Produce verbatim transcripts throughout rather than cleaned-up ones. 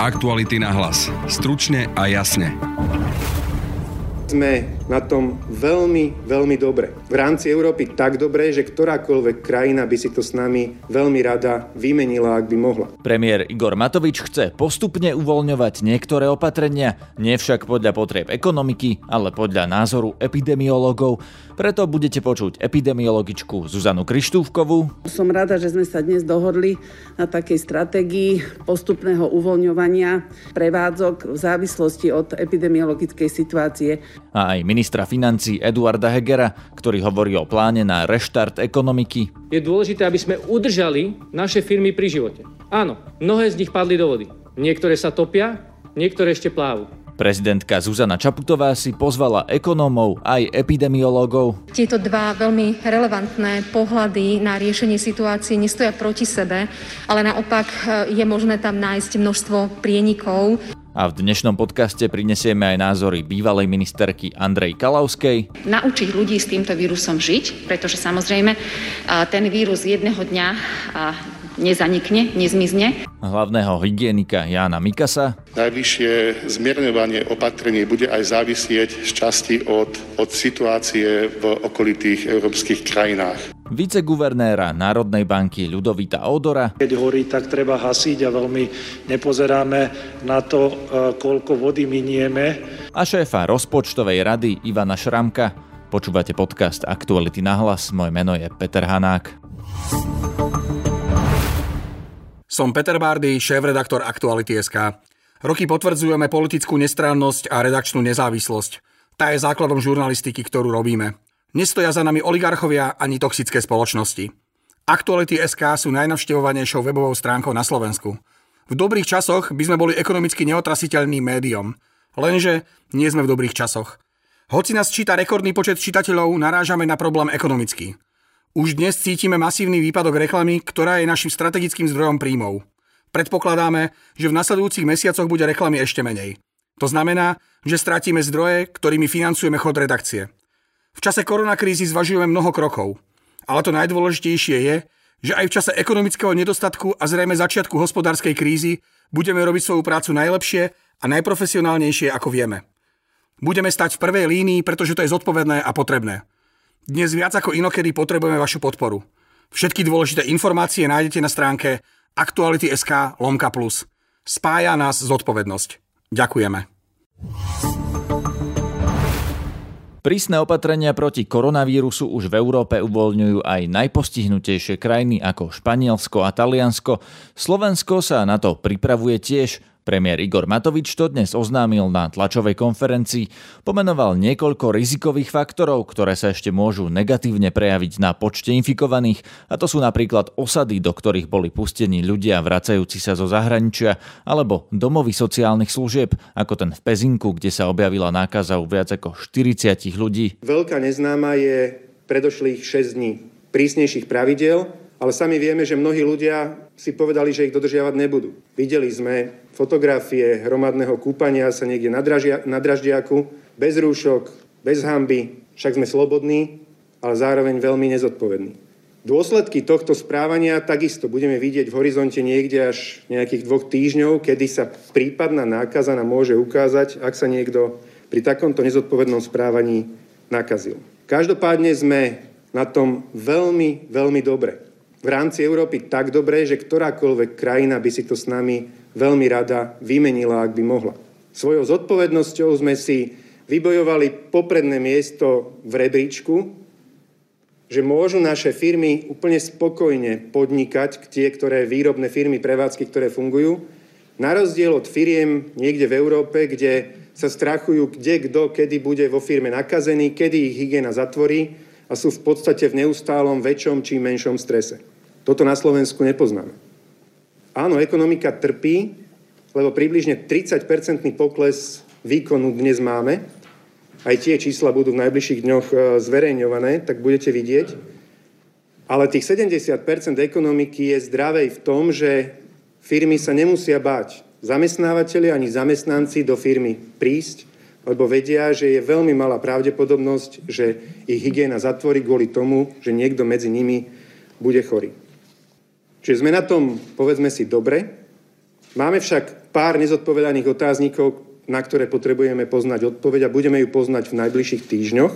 Aktuality na hlas. Stručne a jasne. Sme na tom veľmi, veľmi dobre. V rámci Európy tak dobre, že ktorákoľvek krajina by si to s nami veľmi rada vymenila, ak by mohla. Premiér Igor Matovič chce postupne uvoľňovať niektoré opatrenia, nie však podľa potrieb ekonomiky, ale podľa názoru epidemiológov. Preto budete počuť epidemiologičku Zuzanu Krištúfkovú. Som rada, že sme sa dnes dohodli na takej stratégii postupného uvoľňovania prevádzok v závislosti od epidemiologickej situácie. A aj ministra financií Eduarda Hegera, ktorý hovorí o pláne na reštart ekonomiky. Je dôležité, aby sme udržali naše firmy pri živote. Áno, mnohé z nich padli do vody. Niektoré sa topia, niektoré ešte plávu. Prezidentka Zuzana Čaputová si pozvala ekonómov aj epidemiológov. Tieto dva veľmi relevantné pohľady na riešenie situácie nestoja proti sebe, ale naopak je možné tam nájsť množstvo prienikov. A v dnešnom podcaste prinesieme aj názory bývalej ministerky Andrej Kalavskej. Naučiť ľudí s týmto vírusom žiť, pretože samozrejme ten vírus jedného dňa nezanikne, nezmizne. Hlavného hygienika Jána Mikasa. Najbližšie zmierňovanie opatrení bude aj závisieť z časti od, od situácie v okolitých európskych krajinách. Viceguvernéra Národnej banky Ľudovita Ódora. Keď horí, tak treba hasiť a veľmi nepozeráme na to, koľko vody minieme. A šéfa rozpočtovej rady Ivana Šramka. Počúvate podcast Aktuality na hlas. Moje meno je Peter Hanák. Som Peter Bárdy, šéf-redaktor Aktuality bodka es ká. Roky potvrdzujeme politickú nestrannosť a redakčnú nezávislosť. Tá je základom žurnalistiky, ktorú robíme. Nestoja za nami oligarchovia ani toxické spoločnosti. Aktuality bodka es ká sú najnavštevovanejšou webovou stránkou na Slovensku. V dobrých časoch by sme boli ekonomicky neotrasiteľným médiom. Lenže nie sme v dobrých časoch. Hoci nás číta rekordný počet čitateľov, narážame na problém ekonomický. Už dnes cítime masívny výpadok reklamy, ktorá je našim strategickým zdrojom príjmov. Predpokladáme, že v nasledujúcich mesiacoch bude reklamy ešte menej. To znamená, že stratíme zdroje, ktorými financujeme chod redakcie. V čase koronakrízy zvažujeme mnoho krokov. Ale to najdôležitejšie je, že aj v čase ekonomického nedostatku a zrejme začiatku hospodárskej krízy budeme robiť svoju prácu najlepšie a najprofesionálnejšie, ako vieme. Budeme stať v prvej línii, pretože to je zodpovedné a potrebné. Dnes viac ako inokedy potrebujeme vašu podporu. Všetky dôležité informácie nájdete na stránke Aktuality bodka es ká lomka plus. Spája nás zodpovednosť. Ďakujeme. Prísne opatrenia proti koronavírusu už v Európe uvoľňujú aj najpostihnutejšie krajiny ako Španielsko a Taliansko. Slovensko sa na to pripravuje tiež. Premiér Igor Matovič to dnes oznámil na tlačovej konferencii. Pomenoval niekoľko rizikových faktorov, ktoré sa ešte môžu negatívne prejaviť na počte infikovaných, a to sú napríklad osady, do ktorých boli pustení ľudia vracajúci sa zo zahraničia, alebo domovy sociálnych služieb, ako ten v Pezinku, kde sa objavila nákaza u viac ako štyridsať ľudí. Veľká neznáma je predošlých šesť dní prísnejších pravidiel, ale sami vieme, že mnohí ľudia si povedali, že ich dodržiavať nebudú. Videli sme fotografie hromadného kúpania sa niekde na, dražia, na Draždiaku, bez rúšok, bez hanby, však sme slobodní, ale zároveň veľmi nezodpovední. Dôsledky tohto správania takisto budeme vidieť v horizonte niekde až nejakých dvoch týždňov, kedy sa prípadná nákaza nám môže ukázať, ak sa niekto pri takomto nezodpovednom správaní nakazil. Každopádne sme na tom veľmi, veľmi dobre. V rámci Európy tak dobre, že ktorákoľvek krajina by si to s nami veľmi rada vymenila, ak by mohla. Svojou zodpovednosťou sme si vybojovali popredné miesto v rebríčku, že môžu naše firmy úplne spokojne podnikať, tie, ktoré výrobné firmy, prevádzky, ktoré fungujú, na rozdiel od firiem niekde v Európe, kde sa strachujú, kde, kto, kedy bude vo firme nakazený, kedy ich hygiena zatvorí a sú v podstate v neustálom väčšom či menšom strese. Toto na Slovensku nepoznáme. Áno, ekonomika trpí, lebo približne tridsaťpercentný pokles výkonu dnes máme. Aj tie čísla budú v najbližších dňoch zverejňované, tak budete vidieť. Ale tých sedemdesiat percent ekonomiky je zdravej v tom, že firmy sa nemusia báť. Zamestnávateľi ani zamestnanci do firmy prísť, lebo vedia, že je veľmi malá pravdepodobnosť, že ich hygiena zatvorí kvôli tomu, že niekto medzi nimi bude chorý. Čiže sme na tom, povedzme si, dobre. Máme však pár nezodpovedaných otáznikov, na ktoré potrebujeme poznať odpoveď a budeme ju poznať v najbližších týždňoch.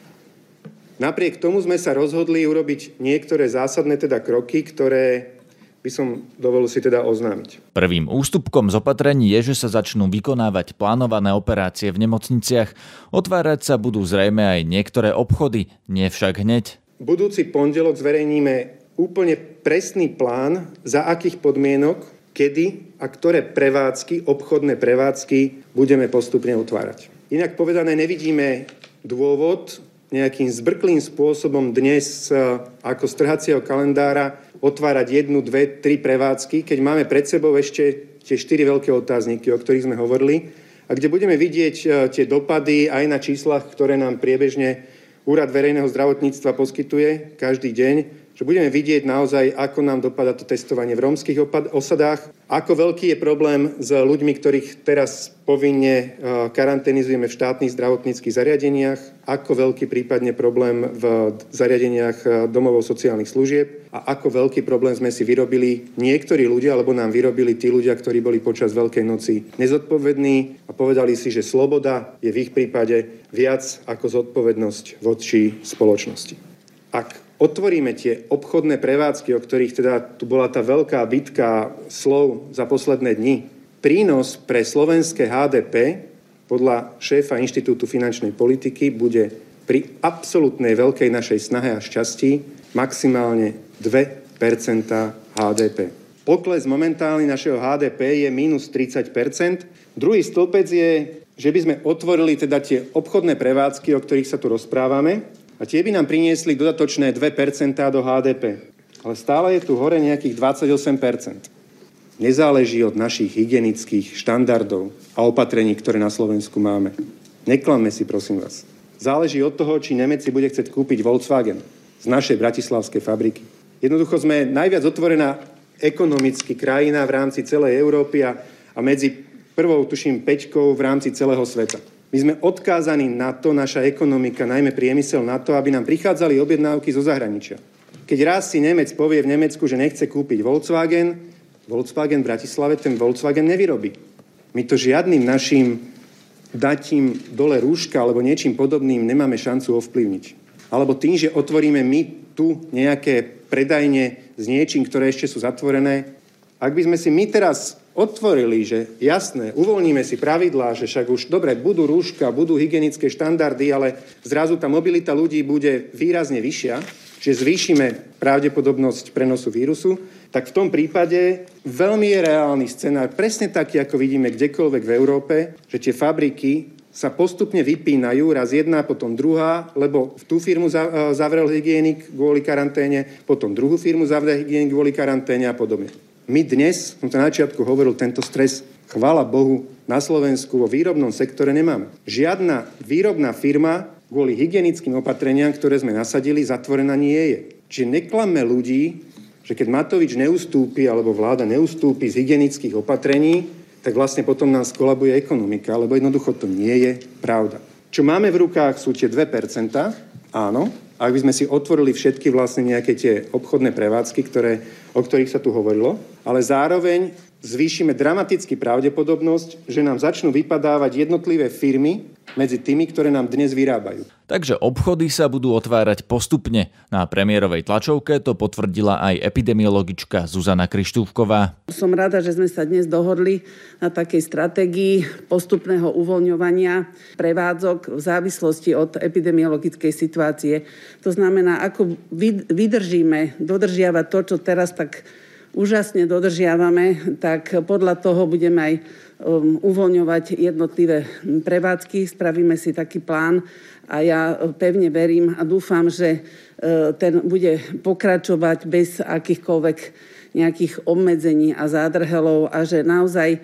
Napriek tomu sme sa rozhodli urobiť niektoré zásadné teda kroky, ktoré by som dovolil si teda oznámiť. Prvým ústupkom z opatrení je, že sa začnú vykonávať plánované operácie v nemocniciach. Otvárať sa budú zrejme aj niektoré obchody, nie však hneď. Budúci pondelok zverejníme úplne presný plán, za akých podmienok, kedy a ktoré prevádzky, obchodné prevádzky budeme postupne otvárať. Inak povedané, nevidíme dôvod nejakým zbrklým spôsobom dnes ako z trhacieho kalendára otvárať jednu, dve, tri prevádzky, keď máme pred sebou ešte tie štyri veľké otázniky, o ktorých sme hovorili, a kde budeme vidieť tie dopady aj na číslach, ktoré nám priebežne Úrad verejného zdravotníctva poskytuje každý deň, že budeme vidieť naozaj, ako nám dopadá to testovanie v rómskych osadách, ako veľký je problém s ľuďmi, ktorých teraz povinne karanténizujeme v štátnych zdravotníckych zariadeniach, ako veľký prípadne problém v zariadeniach domovov sociálnych služieb a ako veľký problém sme si vyrobili niektorí ľudia, alebo nám vyrobili tí ľudia, ktorí boli počas Veľkej noci nezodpovední a povedali si, že sloboda je v ich prípade viac ako zodpovednosť voči spoločnosti. Ak otvoríme tie obchodné prevádzky, o ktorých teda tu bola tá veľká bitka slov za posledné dni, prínos pre slovenské há dé pé podľa šéfa Inštitútu finančnej politiky bude pri absolútnej veľkej našej snahe a šťastí maximálne dve percentá há dé pé. Pokles momentálny našeho há dé pé je mínus tridsať percent. Druhý stĺpec je, že by sme otvorili teda tie obchodné prevádzky, o ktorých sa tu rozprávame, a tie by nám priniesli dodatočné dve percentá do há dé pé. Ale stále je tu hore nejakých dvadsaťosem percent. Nezáleží od našich hygienických štandardov a opatrení, ktoré na Slovensku máme. Neklamme si, prosím vás. Záleží od toho, či Nemec si bude chcieť kúpiť Volkswagen z našej bratislavskej fabriky. Jednoducho sme najviac otvorená ekonomicky krajina v rámci celej Európy a, a medzi prvou, tuším, päťkou v rámci celého sveta. My sme odkázaní na to, naša ekonomika, najmä priemysel, na to, aby nám prichádzali objednávky zo zahraničia. Keď raz si Nemec povie v Nemecku, že nechce kúpiť Volkswagen, Volkswagen v Bratislave ten Volkswagen nevyrobí. My to žiadnym našim datím dole rúška alebo niečím podobným nemáme šancu ovplyvniť. Alebo tým, že otvoríme my tu nejaké predajne s niečím, ktoré ešte sú zatvorené. Ak by sme si my teraz otvorili, že jasné, uvoľníme si pravidlá, že však už dobre, budú rúška, budú hygienické štandardy, ale zrazu tá mobilita ľudí bude výrazne vyššia, že zvýšime pravdepodobnosť prenosu vírusu, tak v tom prípade veľmi je reálny scenár, presne taký, ako vidíme kdekoľvek v Európe, že tie fabriky sa postupne vypínajú, raz jedna, potom druhá, lebo v tú firmu zavrel hygienik kvôli karanténe, potom druhú firmu zavrel hygienik kvôli karanténe a podobne. My dnes, som to na začiatku hovoril, tento stres, chvála Bohu, na Slovensku vo výrobnom sektore nemáme. Žiadna výrobná firma kvôli hygienickým opatreniam, ktoré sme nasadili, zatvorená nie je. Čiže neklamme ľudí, že keď Matovič neustúpi alebo vláda neustúpi z hygienických opatrení, tak vlastne potom nám skolabuje ekonomika, lebo jednoducho to nie je pravda. Čo máme v rukách sú tie dve percentá, áno, ak by sme si otvorili všetky vlastne nejaké tie obchodné prevádzky, ktoré, o ktorých sa tu hovorilo, ale zároveň zvýšime dramaticky pravdepodobnosť, že nám začnú vypadávať jednotlivé firmy medzi tými, ktoré nám dnes vyrábajú. Takže obchody sa budú otvárať postupne. Na premiérovej tlačovke to potvrdila aj epidemiologička Zuzana Krištúfková. Som rada, že sme sa dnes dohodli na takej stratégii postupného uvoľňovania prevádzok v závislosti od epidemiologickej situácie. To znamená, ako vydržíme dodržiavať to, čo teraz tak úžasne dodržiavame, tak podľa toho budeme aj uvoľňovať jednotlivé prevádzky. Spravíme si taký plán a ja pevne verím a dúfam, že ten bude pokračovať bez akýchkoľvek nejakých obmedzení a zádrhelov a že naozaj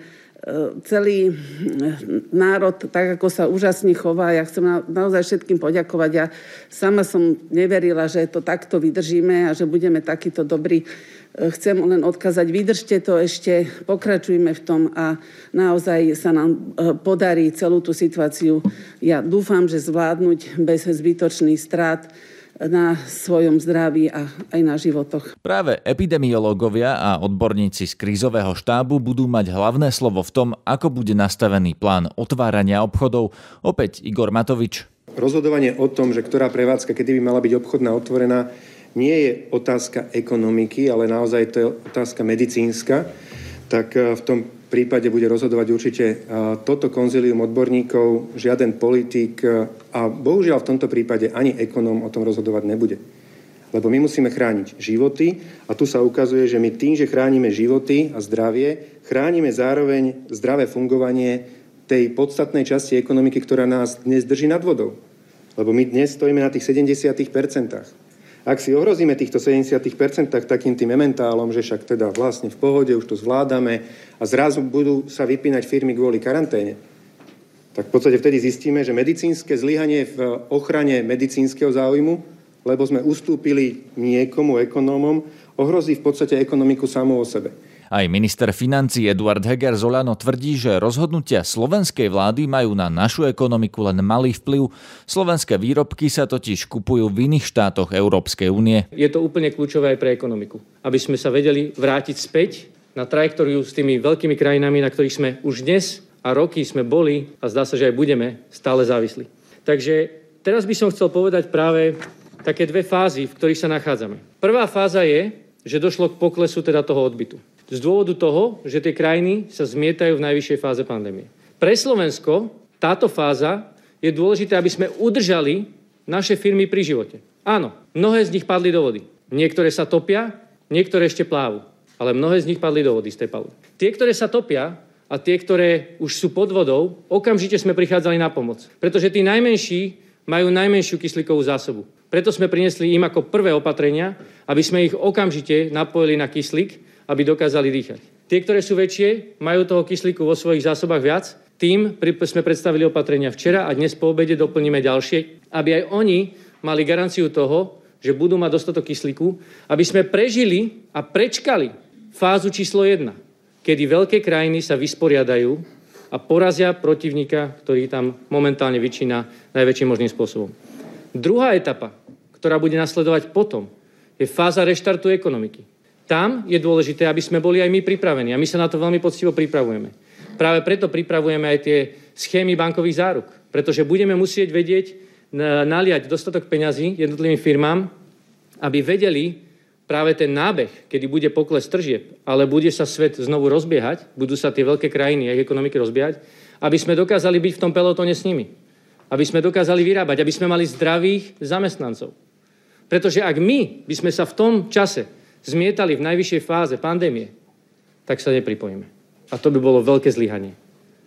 celý národ, tak ako sa úžasne chová, ja chcem naozaj všetkým poďakovať. Ja sama som neverila, že to takto vydržíme a že budeme takýto dobrí. Chcem len odkázať, vydržte to ešte, pokračujme v tom a naozaj sa nám podarí celú tú situáciu, ja dúfam, že zvládnuť bez zbytočných strát. na svojom zdraví a aj na životoch. Práve epidemiológovia a odborníci z krízového štábu budú mať hlavné slovo v tom, ako bude nastavený plán otvárania obchodov. Opäť Igor Matovič. Rozhodovanie o tom, že ktorá prevádzka kedy by mala byť obchodná otvorená, nie je otázka ekonomiky, ale naozaj to je otázka medicínska. Tak v tom prípade bude rozhodovať určite toto konzílium odborníkov, žiaden politik a bohužiaľ v tomto prípade ani ekonóm o tom rozhodovať nebude. Lebo my musíme chrániť životy a tu sa ukazuje, že my tým, že chránime životy a zdravie, chránime zároveň zdravé fungovanie tej podstatnej časti ekonomiky, ktorá nás dnes drží nad vodou. Lebo my dnes stojíme na tých sedemdesiat percent. Ak si ohrozíme týchto sedemdesiat percent takým tým ementálom, že však teda vlastne v pohode, už to zvládame a zrazu budú sa vypínať firmy kvôli karanténe, tak v podstate vtedy zistíme, že medicínske zlyhanie v ochrane medicínskeho záujmu, lebo sme ustúpili niekomu ekonómom, ohrozí v podstate ekonomiku samú o sebe. Aj minister financií Eduard Heger z Olano tvrdí, že rozhodnutia slovenskej vlády majú na našu ekonomiku len malý vplyv. Slovenské výrobky sa totiž kupujú v iných štátoch Európskej únie. Je to úplne kľúčové aj pre ekonomiku, aby sme sa vedeli vrátiť späť na trajektóriu s tými veľkými krajinami, na ktorých sme už dnes a roky sme boli a zdá sa, že aj budeme stále závislí. Takže teraz by som chcel povedať práve také dve fázy, v ktorých sa nachádzame. Prvá fáza je, že došlo k poklesu teda toho odbytu. Z dôvodu toho, že tie krajiny sa zmietajú v najvyššej fáze pandémie. Pre Slovensko táto fáza je dôležité, aby sme udržali naše firmy pri živote. Áno, mnohé z nich padli do vody. Niektoré sa topia, niektoré ešte plávu. Ale mnohé z nich padli do vody z tej paluby. Tie, ktoré sa topia a tie, ktoré už sú pod vodou, okamžite sme prichádzali na pomoc. Pretože tí najmenší majú najmenšiu kyslíkovú zásobu. Preto sme priniesli im ako prvé opatrenia, aby sme ich okamžite napojili na kyslík, aby dokázali dýchať. Tie, ktoré sú väčšie, majú toho kyslíku vo svojich zásobách viac. Tým sme predstavili opatrenia včera a dnes po obede doplníme ďalšie, aby aj oni mali garanciu toho, že budú mať dostatok kyslíku, aby sme prežili a prečkali fázu číslo jedna, kedy veľké krajiny sa vysporiadajú a porazia protivníka, ktorý tam momentálne vyčína najväčším možným spôsobom. Druhá etapa, ktorá bude nasledovať potom, je fáza reštartu ekonomiky. Tam je dôležité, aby sme boli aj my pripravení a my sa na to veľmi poctivo pripravujeme. Práve preto pripravujeme aj tie schémy bankových záruk, pretože budeme musieť vedieť naliať dostatok peňazí jednotlivým firmám, aby vedeli práve ten nábeh, kedy bude pokles tržieb, ale bude sa svet znovu rozbiehať, budú sa tie veľké krajiny a ich ekonomiky rozbiehať, aby sme dokázali byť v tom pelotóne s nimi. Aby sme dokázali vyrábať, aby sme mali zdravých zamestnancov. Pretože ak my by sme sa v tom čase zmietali v najvyššej fáze pandémie, tak sa nepripojíme. A to by bolo veľké zlyhanie.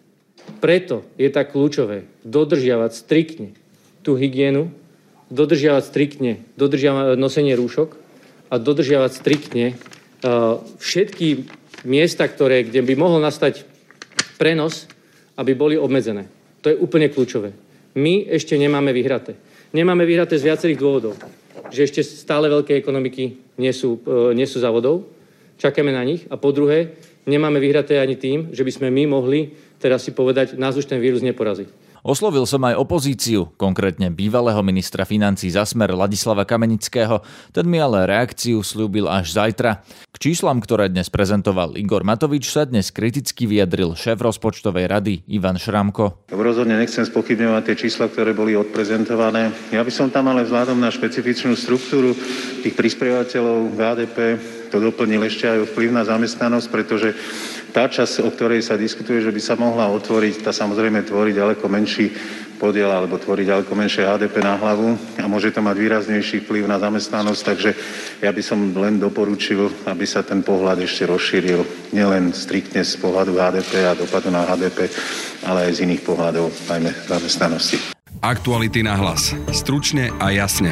Preto je tak kľúčové dodržiavať striktne tú hygienu, dodržiavať striktne dodržiavať nosenie rúšok a dodržiavať striktne uh, všetky miesta, ktoré, kde by mohol nastať prenos, aby boli obmedzené. To je úplne kľúčové. My ešte nemáme vyhraté. Nemáme vyhraté z viacerých dôvodov. Že ešte stále veľké ekonomiky nie sú, nie sú za vodou, čakáme na nich a po druhé, nemáme vyhraté ani tým, že by sme my mohli teraz si povedať, nás už ten vírus neporazí. Oslovil som aj opozíciu, konkrétne bývalého ministra financií za Smer Ladislava Kamenického, ten mi ale reakciu sľúbil až zajtra. K číslam, ktoré dnes prezentoval Igor Matovič, sa dnes kriticky vyjadril šéf rozpočtovej rady Ivan Šramko. Rozhodne nechcem spochybňovať tie čísla, ktoré boli odprezentované. Ja by som tam ale vzhľadom na špecifičnú štruktúru tých prispievateľov v há dé pé to doplnil ešte aj o vplyv na zamestnanosť, pretože tá časť, o ktorej sa diskutuje, že by sa mohla otvoriť, tá samozrejme tvorí ďaleko menší podiel alebo tvorí ďaleko menšie há dé pé na hlavu a môže to mať výraznejší vplyv na zamestnanosť, takže ja by som len doporučil, aby sa ten pohľad ešte rozšíril, nielen striktne z pohľadu há dé pé a dopadu na há dé pé, ale aj z iných pohľadov, najmä zamestnanosti. Aktuality na hlas. Stručne a jasne.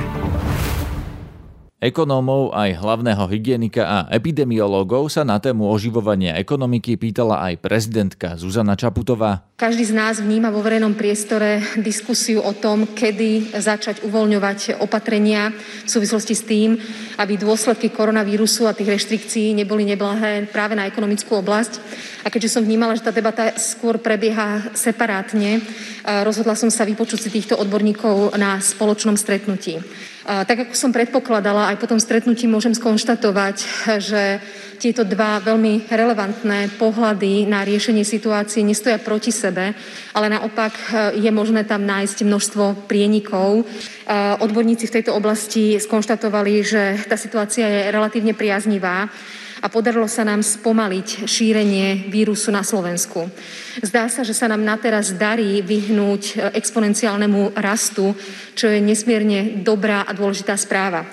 Ekonómov, aj hlavného hygienika a epidemiológov sa na tému oživovania ekonomiky pýtala aj prezidentka Zuzana Čaputová. Každý z nás vníma vo verejnom priestore diskusiu o tom, kedy začať uvoľňovať opatrenia v súvislosti s tým, aby dôsledky koronavírusu a tých reštrikcií neboli neblahé práve na ekonomickú oblasť. A keďže som vnímala, že tá debata skôr prebieha separátne, rozhodla som sa vypočuť si týchto odborníkov na spoločnom stretnutí. Tak ako som predpokladala, aj po tom stretnutí môžem skonštatovať, že tieto dva veľmi relevantné pohľady na riešenie situácie nestoja proti sebe, ale naopak je možné tam nájsť množstvo prienikov. Odborníci v tejto oblasti skonštatovali, že tá situácia je relatívne priaznivá a podarilo sa nám spomaliť šírenie vírusu na Slovensku. Zdá sa, že sa nám nateraz darí vyhnúť exponenciálnemu rastu, čo je nesmierne dobrá a dôležitá správa.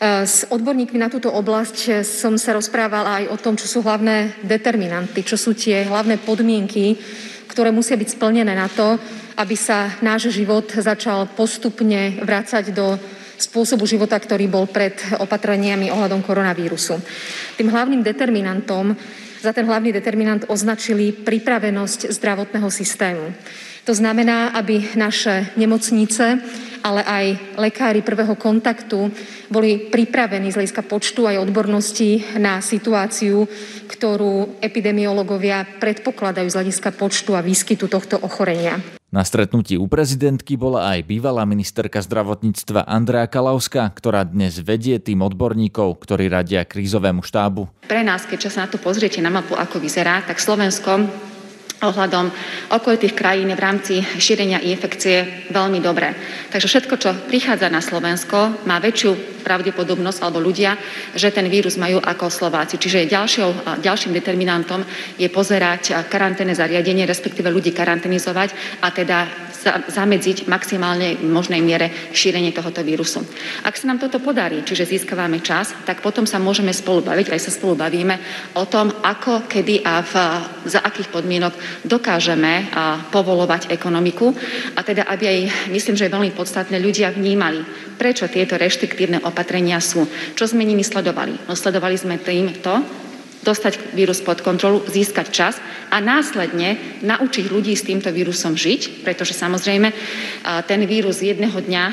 S odborníkmi na túto oblasť som sa rozprávala aj o tom, čo sú hlavné determinanty, čo sú tie hlavné podmienky, ktoré musia byť splnené na to, aby sa náš život začal postupne vrácať do spôsobu života, ktorý bol pred opatreniami ohľadom koronavírusu. Tým hlavným determinantom, za ten hlavný determinant označili pripravenosť zdravotného systému. To znamená, aby naše nemocnice, ale aj lekári prvého kontaktu boli pripravení z hľadiska počtu aj odbornosti na situáciu, ktorú epidemiológovia predpokladajú z hľadiska počtu a výskytu tohto ochorenia. Na stretnutí u prezidentky bola aj bývalá ministerka zdravotníctva Andrea Kalavská, ktorá dnes vedie tým odborníkov, ktorí radia krízovému štábu. Pre nás, keď sa na to pozriete na mapu, ako vyzerá, tak Slovensko ohľadom okolitých krajín v rámci šírenia infekcie veľmi dobré. Takže všetko, čo prichádza na Slovensko, má väčšiu pravdepodobnosť, alebo ľudia, že ten vírus majú ako Slováci. Čiže ďalšou, ďalším determinantom je pozerať karanténne zariadenie, respektíve ľudí karanténizovať a teda zamedziť maximálne v možnej miere šírenie tohoto vírusu. Ak sa nám toto podarí, čiže získavame čas, tak potom sa môžeme spolu baviť, aj sa spolu bavíme o tom, ako, kedy a v, za akých podmienok dokážeme povolovať ekonomiku a teda, aby aj, myslím, že je veľmi podstatné, ľudia vnímali, prečo tieto reštriktívne opatrenia sú. Čo sme nimi sledovali? No sledovali sme tým to, dostať vírus pod kontrolu, získať čas a následne naučiť ľudí s týmto vírusom žiť, pretože samozrejme ten vírus jedného dňa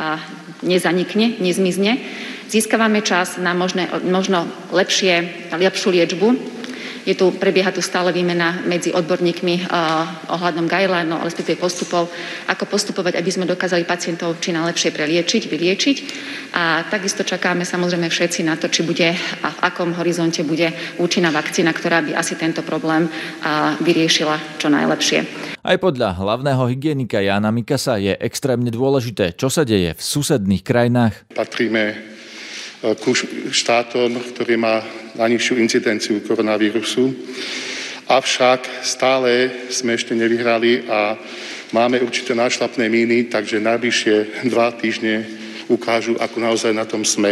nezanikne, nezmizne. Získavame čas na možné, možno lepšie, lepšiu liečbu. Je tu, prebieha tu stále výmena medzi odborníkmi uh, ohľadom guideline, respektíve postupov, ako postupovať, aby sme dokázali pacientov či najlepšie preliečiť, vyliečiť. A takisto čakáme samozrejme všetci na to, či bude a v akom horizonte bude účinná vakcína, ktorá by asi tento problém uh, vyriešila čo najlepšie. Aj podľa hlavného hygienika Jána Mikasa je extrémne dôležité, čo sa deje v susedných krajinách. Patríme ku štátom, ktorý má najnižšiu incidenciu koronavírusu. Avšak stále sme ešte nevyhrali a máme určité nášlapné míny, takže najbližšie dva týždne ukážu, ako naozaj na tom sme.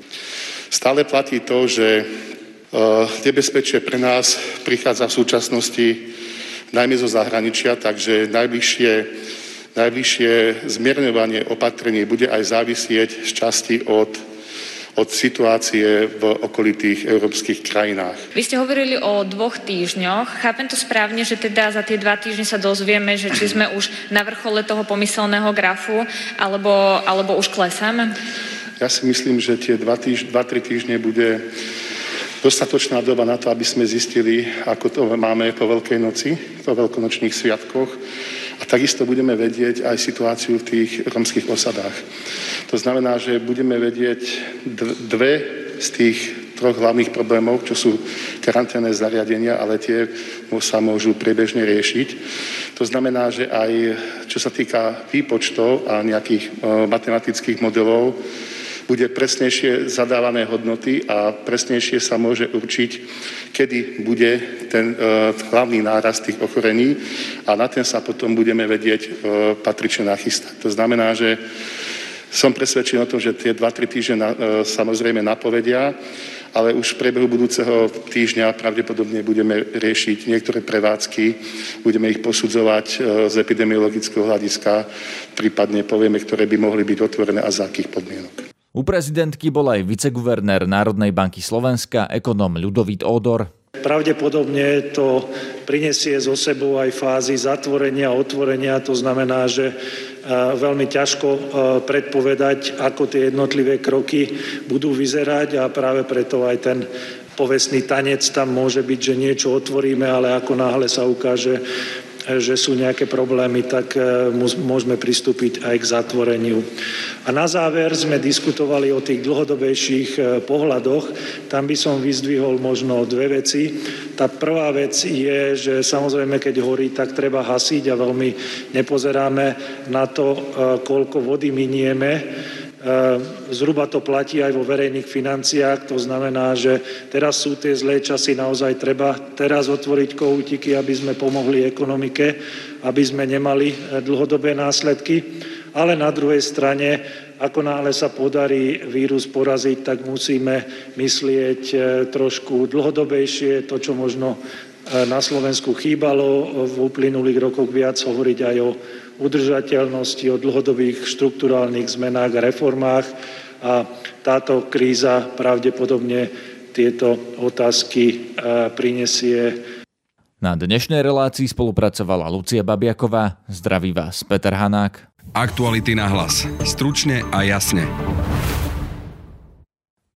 Stále platí to, že nebezpečie pre nás prichádza v súčasnosti najmä zo zahraničia, takže najbližšie, najbližšie zmierňovanie opatrení bude aj závisieť z časti od od situácie v okolitých európskych krajinách. Vy ste hovorili o dvoch týždňoch. Chápem to správne, že teda za tie dva týždne sa dozvieme, že či sme už na vrchole toho pomyselného grafu, alebo, alebo už klesáme? Ja si myslím, že tie dva, týž, dva tri týždne bude dostatočná doba na to, aby sme zistili, ako to máme po Veľkej noci, po veľkonočných sviatkoch. A takisto budeme vedieť aj situáciu v tých romských osadách. To znamená, že budeme vedieť dve z tých troch hlavných problémov, čo sú karanténne zariadenia, ale tie sa môžu priebežne riešiť. To znamená, že aj čo sa týka výpočtov a nejakých matematických modelov, bude presnejšie zadávané hodnoty a presnejšie sa môže určiť, kedy bude ten uh, hlavný nárast tých ochorení a na ten sa potom budeme vedieť uh, patrične nachystať. To znamená, že som presvedčený o tom, že tie dva tri týždne na, uh, samozrejme napovedia, ale už v priebehu budúceho týždňa pravdepodobne budeme riešiť niektoré prevádzky, budeme ich posudzovať uh, z epidemiologického hľadiska, prípadne povieme, ktoré by mohli byť otvorené a za akých podmienok. U prezidentky bol aj viceguvernér Národnej banky Slovenska, ekonóm Ľudovít Ódor. Pravdepodobne to prinesie zo sebou aj fázy zatvorenia a otvorenia. To znamená, že veľmi ťažko predpovedať, ako tie jednotlivé kroky budú vyzerať a práve preto aj ten povestný tanec tam môže byť, že niečo otvoríme, ale ako náhle sa ukáže že sú nejaké problémy, tak môžeme pristúpiť aj k zatvoreniu. A na záver sme diskutovali o tých dlhodobejších pohľadoch. Tam by som vyzdvihol možno dve veci. Tá prvá vec je, že samozrejme, keď horí, tak treba hasiť a veľmi nepozeráme na to, koľko vody minieme. Zhruba to platí aj vo verejných financiách, to znamená, že teraz sú tie zlé časy, naozaj treba teraz otvoriť kohútiky, aby sme pomohli ekonomike, aby sme nemali dlhodobé následky, ale na druhej strane, ako náhle sa podarí vírus poraziť, tak musíme myslieť trošku dlhodobejšie, to, čo možno na Slovensku chýbalo v uplynulých rokoch, viac hovoriť aj o udržateľnosti, o dlhodobých štrukturálnych zmenách a reformách a táto kríza pravdepodobne tieto otázky prinesie. Na dnešnej relácii spolupracovala Lucia Babiaková. Zdraví vás Peter Hanák. Aktuality na hlas. Stručne a jasne.